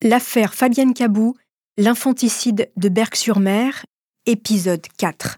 L'affaire Fabienne Cabou, l'infanticide de Berck-sur-Mer, épisode 4.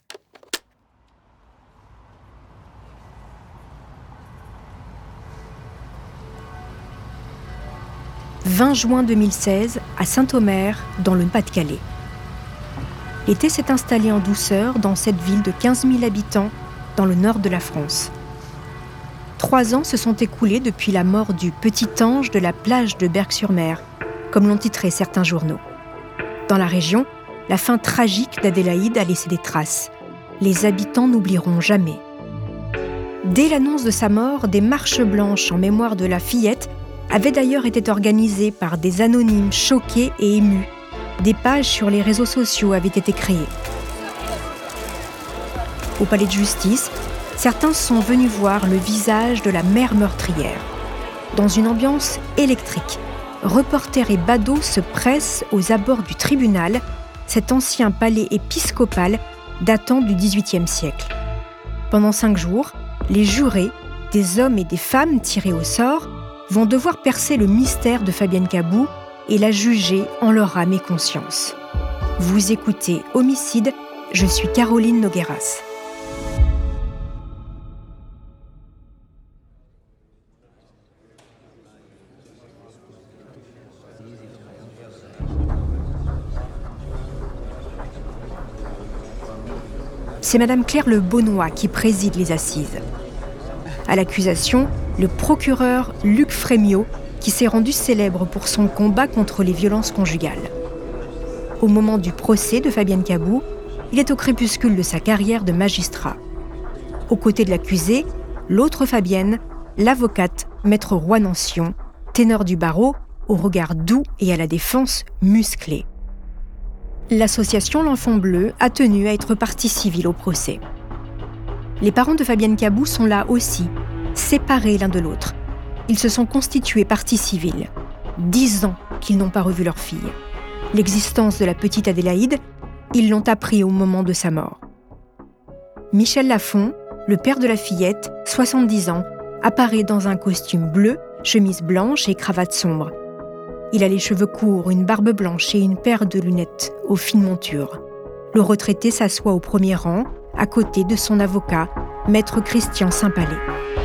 « 20 juin 2016, à Saint-Omer, dans le Pas-de-Calais. L'été s'est installé en douceur dans cette ville de 15 000 habitants, dans le nord de la France. 3 ans se sont écoulés depuis la mort du petit ange de la plage de Berck-sur-Mer, comme l'ont titré certains journaux. Dans la région, la fin tragique d'Adélaïde a laissé des traces. Les habitants n'oublieront jamais. Dès l'annonce de sa mort, des marches blanches en mémoire de la fillette avaient d'ailleurs été organisées par des anonymes choqués et émus. Des pages sur les réseaux sociaux avaient été créées. Au palais de justice, certains sont venus voir le visage de la mère meurtrière. Dans une ambiance électrique, reporters et badauds se pressent aux abords du tribunal, cet ancien palais épiscopal datant du XVIIIe siècle. Pendant 5 jours, les jurés, des hommes et des femmes tirés au sort, vont devoir percer le mystère de Fabienne Cabou et la juger en leur âme et conscience. Vous écoutez Homicide, je suis Caroline Nogueras. C'est Madame Claire Le Beaunois qui préside les assises. À l'accusation, le procureur Luc Frémiot, qui s'est rendu célèbre pour son combat contre les violences conjugales. Au moment du procès de Fabienne Cabou, il est au crépuscule de sa carrière de magistrat. Aux côtés de l'accusée, l'autre Fabienne, l'avocate Maître Roy Nancion, ténor du barreau, au regard doux et à la défense musclée. L'association L'Enfant Bleu a tenu à être partie civile au procès. Les parents de Fabienne Cabou sont là aussi, séparés l'un de l'autre. Ils se sont constitués partie civile. 10 ans qu'ils n'ont pas revu leur fille. L'existence de la petite Adélaïde, ils l'ont appris au moment de sa mort. Michel Lafont, le père de la fillette, 70 ans, apparaît dans un costume bleu, chemise blanche et cravate sombre. Il a les cheveux courts, une barbe blanche et une paire de lunettes aux fines montures. Le retraité s'assoit au premier rang, à côté de son avocat, Maître Christian Saint-Palais.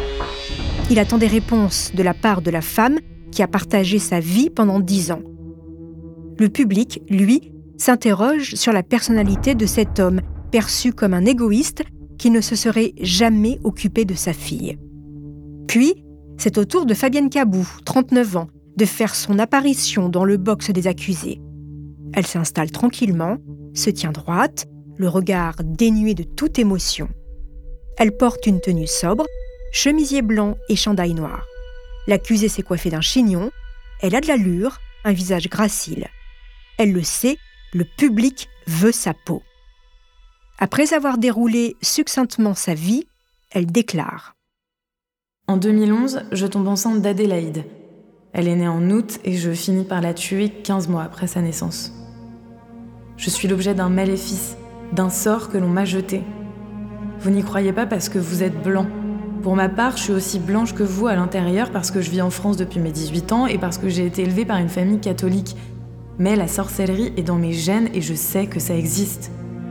Il attend des réponses de la part de la femme qui a partagé sa vie pendant 10 ans. Le public, lui, s'interroge sur la personnalité de cet homme, perçu comme un égoïste qui ne se serait jamais occupé de sa fille. Puis, c'est au tour de Fabienne Cabou, 39 ans, de faire son apparition dans le box des accusés. Elle s'installe tranquillement, se tient droite, le regard dénué de toute émotion. Elle porte une tenue sobre, chemisier blanc et chandail noir. L'accusée s'est coiffée d'un chignon, elle a de l'allure, un visage gracile. Elle le sait, le public veut sa peau. Après avoir déroulé succinctement sa vie, elle déclare : En 2011, je tombe enceinte d'Adélaïde. Elle est née en août et je finis par la tuer 15 mois après sa naissance. Je suis l'objet d'un maléfice, d'un sort que l'on m'a jeté. Vous n'y croyez pas parce que vous êtes blanc. Pour ma part, je suis aussi blanche que vous à l'intérieur parce que je vis en France depuis mes 18 ans et parce que j'ai été élevée par une famille catholique. Mais la sorcellerie est dans mes gènes et je sais que ça existe.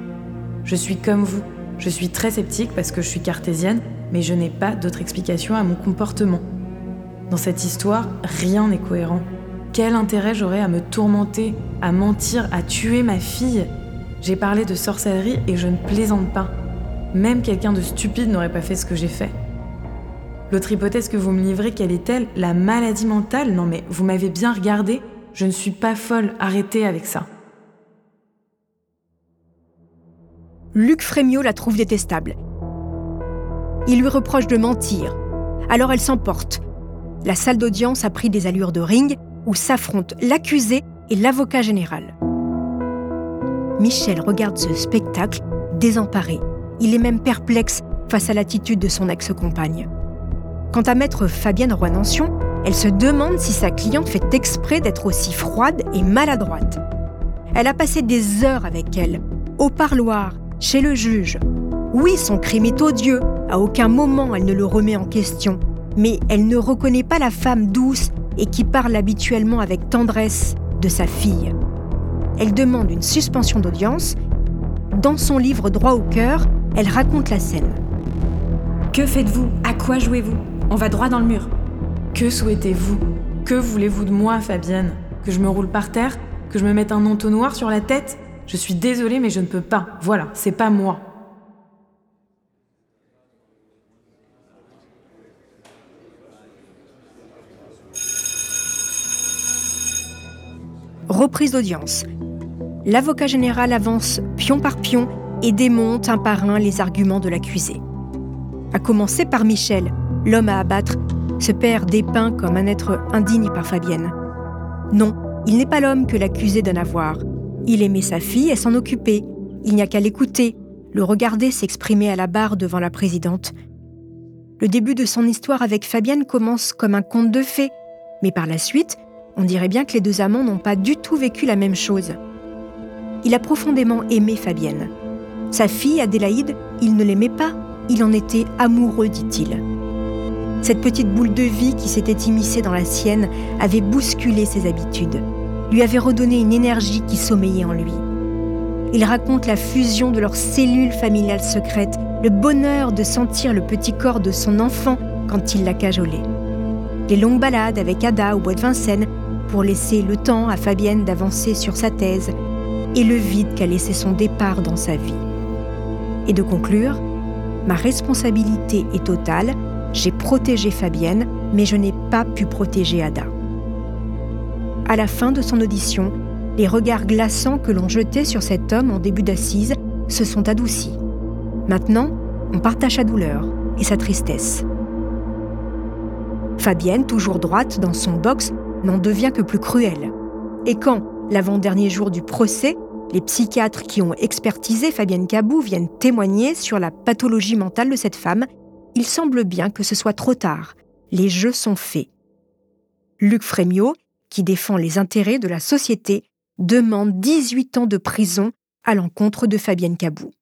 Je suis comme vous. Je suis très sceptique parce que je suis cartésienne, mais je n'ai pas d'autre explication à mon comportement. Dans cette histoire, rien n'est cohérent. Quel intérêt j'aurais à me tourmenter, à mentir, à tuer ma fille ? J'ai parlé de sorcellerie et je ne plaisante pas. Même quelqu'un de stupide n'aurait pas fait ce que j'ai fait. L'autre hypothèse que vous me livrez, quelle est-elle ? La maladie mentale ? Non mais vous m'avez bien regardé, je ne suis pas folle, arrêtez avec ça. Luc Frémiot la trouve détestable. Il lui reproche de mentir. Alors elle s'emporte. La salle d'audience a pris des allures de ring où s'affrontent l'accusé et l'avocat général. Michel regarde ce spectacle désemparé. Il est même perplexe face à l'attitude de son ex-compagne. Quant à maître Fabienne Roy Nancion, elle se demande si sa cliente fait exprès d'être aussi froide et maladroite. Elle a passé des heures avec elle, au parloir, chez le juge. Oui, son crime est odieux, à aucun moment elle ne le remet en question. Mais elle ne reconnaît pas la femme douce et qui parle habituellement avec tendresse de sa fille. Elle demande une suspension d'audience. Dans son livre Droit au cœur, elle raconte la scène. Que faites-vous ? À quoi jouez-vous ? On va droit dans le mur. Que souhaitez-vous ? Que voulez-vous de moi, Fabienne ? Que je me roule par terre ? Que je me mette un entonnoir sur la tête ? Je suis désolée, mais je ne peux pas. Voilà, c'est pas moi. Reprise d'audience. L'avocat général avance pion par pion et démonte un par un les arguments de l'accusé. À commencer par Michel, l'homme à abattre, ce père dépeint comme un être indigne par Fabienne. Non, il n'est pas l'homme que l'accusé donne à voir. Il aimait sa fille et s'en occupait. Il n'y a qu'à l'écouter, le regarder s'exprimer à la barre devant la présidente. Le début de son histoire avec Fabienne commence comme un conte de fées, mais par la suite, on dirait bien que les deux amants n'ont pas du tout vécu la même chose. Il a profondément aimé Fabienne. Sa fille, Adélaïde, il ne l'aimait pas, il en était amoureux, dit-il. Cette petite boule de vie qui s'était immiscée dans la sienne avait bousculé ses habitudes, lui avait redonné une énergie qui sommeillait en lui. Il raconte la fusion de leurs cellules familiales secrètes, le bonheur de sentir le petit corps de son enfant quand il la cajolait. Les longues balades avec Ada au bois de Vincennes pour laisser le temps à Fabienne d'avancer sur sa thèse et le vide qu'a laissé son départ dans sa vie. Et de conclure, ma responsabilité est totale, j'ai protégé Fabienne, mais je n'ai pas pu protéger Ada. À la fin de son audition, les regards glaçants que l'on jetait sur cet homme en début d'assises se sont adoucis. Maintenant, on partage sa douleur et sa tristesse. Fabienne, toujours droite dans son box, n'en devient que plus cruelle. Et quand, l'avant-dernier jour du procès, les psychiatres qui ont expertisé Fabienne Cabou viennent témoigner sur la pathologie mentale de cette femme, il semble bien que ce soit trop tard. Les jeux sont faits. Luc Frémiot, qui défend les intérêts de la société, demande 18 ans de prison à l'encontre de Fabienne Cabou.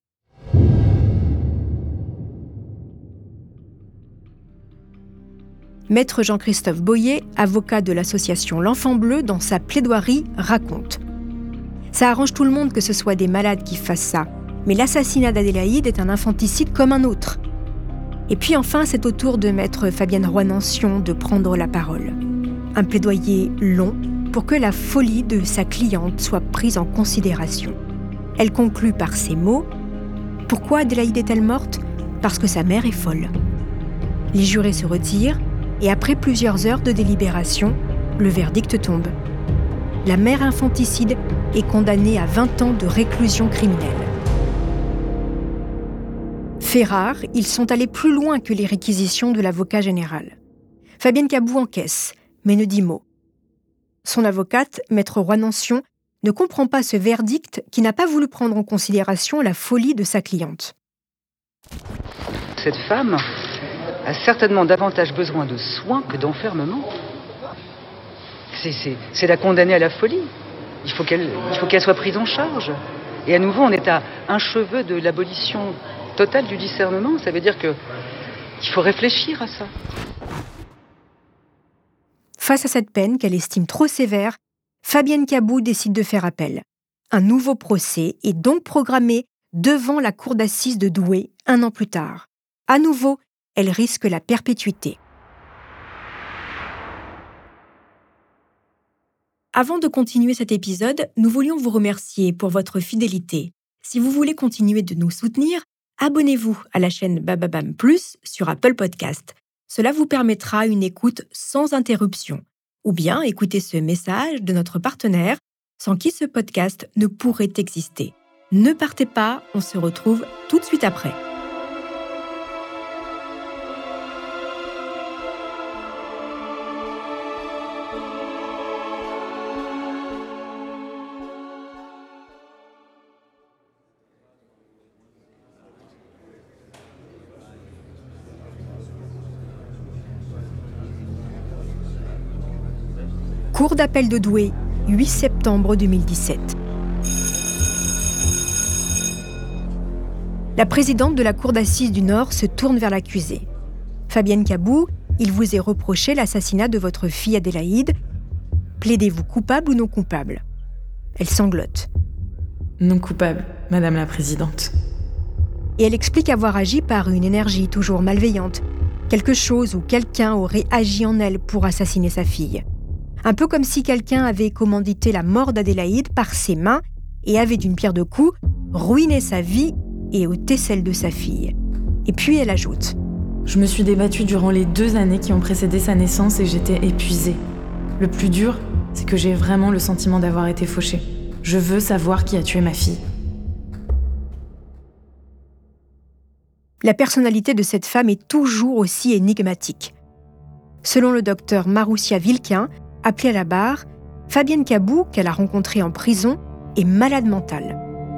Maître Jean-Christophe Boyer, avocat de l'association L'Enfant Bleu, dans sa plaidoirie, raconte « Ça arrange tout le monde que ce soit des malades qui fassent ça, mais l'assassinat d'Adélaïde est un infanticide comme un autre. » Et puis enfin, c'est au tour de maître Fabienne Roy-Nancion de prendre la parole. Un plaidoyer long pour que la folie de sa cliente soit prise en considération. Elle conclut par ces mots « Pourquoi Adélaïde est-elle morte ? Parce que sa mère est folle. » Les jurés se retirent et après plusieurs heures de délibération, le verdict tombe. La mère infanticide est condamnée à 20 ans de réclusion criminelle. Fait rare, ils sont allés plus loin que les réquisitions de l'avocat général. Fabienne Cabou encaisse, mais ne dit mot. Son avocate, maître Roy-Nancion, ne comprend pas ce verdict qui n'a pas voulu prendre en considération la folie de sa cliente. Cette femme a certainement davantage besoin de soins que d'enfermement. C'est la condamner à la folie. Il faut qu'elle soit prise en charge. Et à nouveau, on est à un cheveu de l'abolition totale du discernement. Ça veut dire qu'il faut réfléchir à ça. Face à cette peine qu'elle estime trop sévère, Fabienne Cabou décide de faire appel. Un nouveau procès est donc programmé devant la cour d'assises de Douai 1 an plus tard. À nouveau, elle risque la perpétuité. Avant de continuer cet épisode, nous voulions vous remercier pour votre fidélité. Si vous voulez continuer de nous soutenir, abonnez-vous à la chaîne Bababam Plus sur Apple Podcast. Cela vous permettra une écoute sans interruption. Ou bien écoutez ce message de notre partenaire, sans qui ce podcast ne pourrait exister. Ne partez pas, on se retrouve tout de suite après. Cour d'appel de Douai, 8 septembre 2017. La présidente de la Cour d'assises du Nord se tourne vers l'accusé. Fabienne Cabou, il vous est reproché l'assassinat de votre fille Adélaïde. Plaidez-vous coupable ou non coupable ? Elle sanglote. Non coupable, Madame la Présidente. Et elle explique avoir agi par une énergie toujours malveillante. Quelque chose ou quelqu'un aurait agi en elle pour assassiner sa fille. Un peu comme si quelqu'un avait commandité la mort d'Adélaïde par ses mains et avait d'une pierre deux coups ruiné sa vie et ôté celle de sa fille. Et puis elle ajoute : Je me suis débattue durant les 2 années qui ont précédé sa naissance et j'étais épuisée. Le plus dur, c'est que j'ai vraiment le sentiment d'avoir été fauchée. Je veux savoir qui a tué ma fille. La personnalité de cette femme est toujours aussi énigmatique. Selon le docteur Maroussia Vilquin, appelé à la barre, Fabienne Cabou, qu'elle a rencontrée en prison, est malade mentale.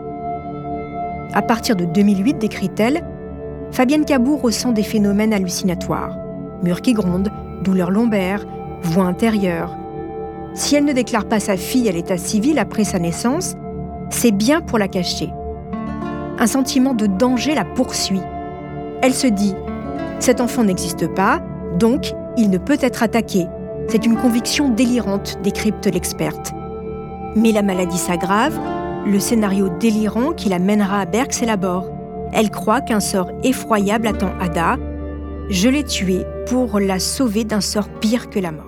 À partir de 2008, décrit-elle, Fabienne Cabou ressent des phénomènes hallucinatoires. Murs qui grondent, douleurs lombaires, voix intérieure. Si elle ne déclare pas sa fille à l'état civil après sa naissance, c'est bien pour la cacher. Un sentiment de danger la poursuit. Elle se dit « Cet enfant n'existe pas, donc il ne peut être attaqué. » C'est une conviction délirante, décrypte l'experte. Mais la maladie s'aggrave, le scénario délirant qui la mènera à Berck s'élabore. Elle croit qu'un sort effroyable attend Ada. Je l'ai tuée pour la sauver d'un sort pire que la mort.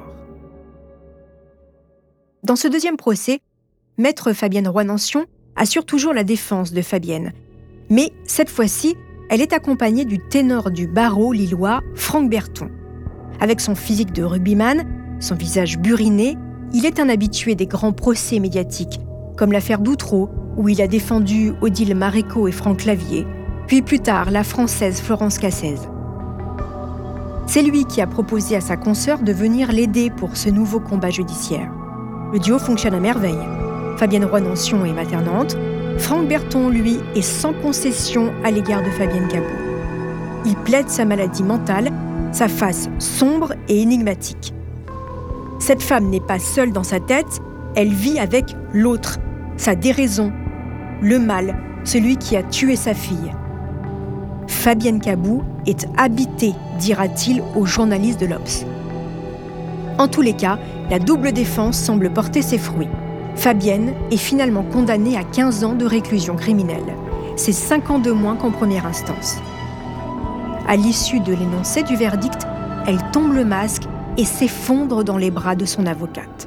Dans ce deuxième procès, maître Fabienne Roy-Nancion assure toujours la défense de Fabienne. Mais cette fois-ci, elle est accompagnée du ténor du barreau lillois, Franck Berton. Avec son physique de rugbyman, son visage buriné, il est un habitué des grands procès médiatiques, comme l'affaire d'Outreau, où il a défendu Odile Maréco et Franck Clavier, puis plus tard la Française Florence Cassez. C'est lui qui a proposé à sa consoeur de venir l'aider pour ce nouveau combat judiciaire. Le duo fonctionne à merveille. Fabienne Roy-Nancion est maternante, Franck Berton, lui, est sans concession à l'égard de Fabienne Cabou. Il plaide sa maladie mentale, sa face sombre et énigmatique. Cette femme n'est pas seule dans sa tête, elle vit avec l'autre, sa déraison, le mal, celui qui a tué sa fille. Fabienne Cabou est habitée, dira-t-il au journaliste de l'Obs. En tous les cas, la double défense semble porter ses fruits. Fabienne est finalement condamnée à 15 ans de réclusion criminelle. C'est 5 ans de moins qu'en première instance. À l'issue de l'énoncé du verdict, elle tombe le masque et s'effondre dans les bras de son avocate.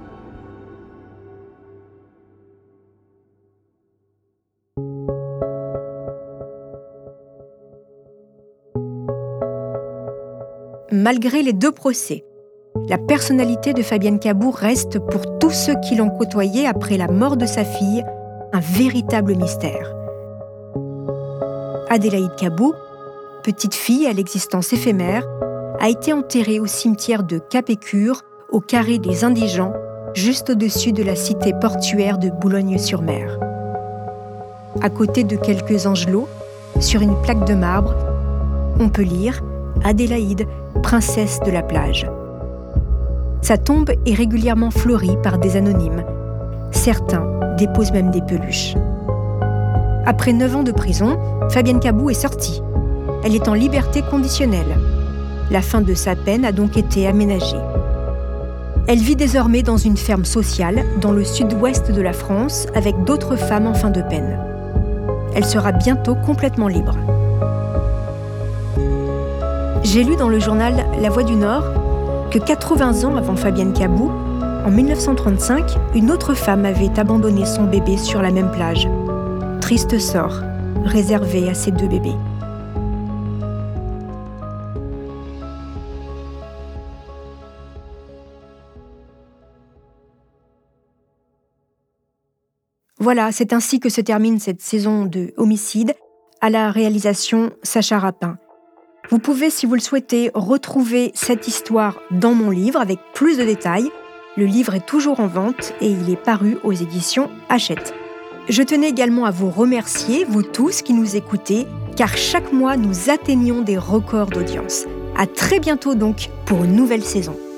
Malgré les 2 procès, la personnalité de Fabienne Cabou reste pour tous ceux qui l'ont côtoyée après la mort de sa fille un véritable mystère. Adélaïde Cabou, petite fille à l'existence éphémère, a été enterrée au cimetière de Cap-Écure, au carré des Indigents, juste au-dessus de la cité portuaire de Boulogne-sur-Mer. À côté de quelques angelots, sur une plaque de marbre, on peut lire « Adélaïde, princesse de la plage ». Sa tombe est régulièrement fleurie par des anonymes. Certains déposent même des peluches. Après 9 ans de prison, Fabienne Cabou est sortie. Elle est en liberté conditionnelle. La fin de sa peine a donc été aménagée. Elle vit désormais dans une ferme sociale dans le sud-ouest de la France avec d'autres femmes en fin de peine. Elle sera bientôt complètement libre. J'ai lu dans le journal La Voix du Nord que 80 ans avant Fabienne Cabou, en 1935, une autre femme avait abandonné son bébé sur la même plage. Triste sort, réservé à ces 2 bébés. Voilà, c'est ainsi que se termine cette saison de Homicide, à la réalisation Sacha Rapin. Vous pouvez, si vous le souhaitez, retrouver cette histoire dans mon livre avec plus de détails. Le livre est toujours en vente et il est paru aux éditions Hachette. Je tenais également à vous remercier, vous tous qui nous écoutez, car chaque mois nous atteignons des records d'audience. À très bientôt donc pour une nouvelle saison.